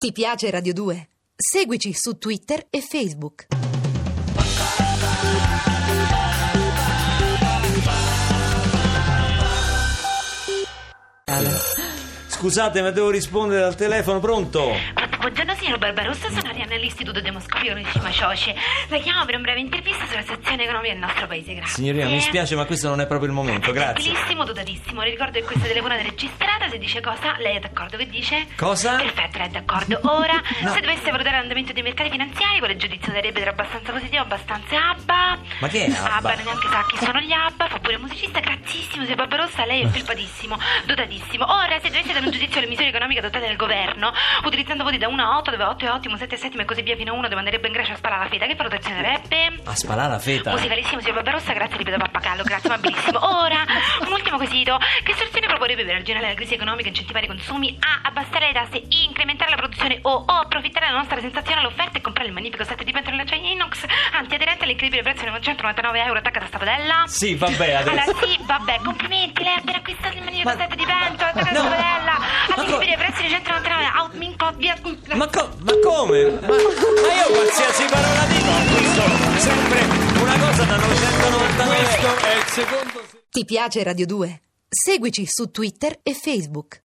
Ti piace Radio 2? Seguici su Twitter e Facebook. Scusate, ma devo rispondere al telefono, pronto? Buongiorno signor Barbarossa, sono Arianna dell'Istituto Demoscopico con Cioce. La chiamo per un breve intervista sulla situazione economica del nostro paese, grazie. Signorina, mi spiace, ma questo non è proprio il momento, grazie. Gentilissimo, dotatissimo. Le ricordo che questa telefonata è registrata. Se dice cosa, lei è d'accordo? Che dice? Cosa? Perfetto, lei è d'accordo. Ora, No. se dovesse valutare l'andamento dei mercati finanziari, quale giudizio darebbe tra abbastanza positivo, abbastanza ABBA? Ma che è ABBA? Neanche sa chi sono gli ABBA, fa pure musicista, grazissimo, signor Barbarossa, lei è felpatissimo, dotatissimo. Ora, se dovesse dare un giudizio alle misure economiche adottate dal governo, utilizzando voti da 1 a 8, dove 8 è ottimo, 7 è settimo e così via fino a 1, dove andrebbe in Grecia a sparare la feta, che valutazione darebbe? A sparare la feta? Musicalissimo, signor Barbarossa, grazie, ripeto pappagallo, grazie, amabilissimo. Ora, un ultimo quesito. Che soluzione proporrebbe per arginare la crisi economica, incentivare i consumi? A. Abbassare le tasse, incrementare la produzione o approfittare della nostra sensazione all'offerta e comprare il magnifico set di pentole in acciaio inox antiaderente all'incredibile prezzo di 999 euro attaccata a sta padella? Sì, vabbè, adesso. Allora sì, vabbè, complimenti, lei ha appena acquistato il magnifico set di pentole attaccata a sta padella all'incredibile prezzo di 199 euro. Ma come? Ma io qualsiasi parola dico, questo sempre una cosa da 999 euro. Questo è il secondo. Ti piace Radio 2? Seguici su Twitter e Facebook.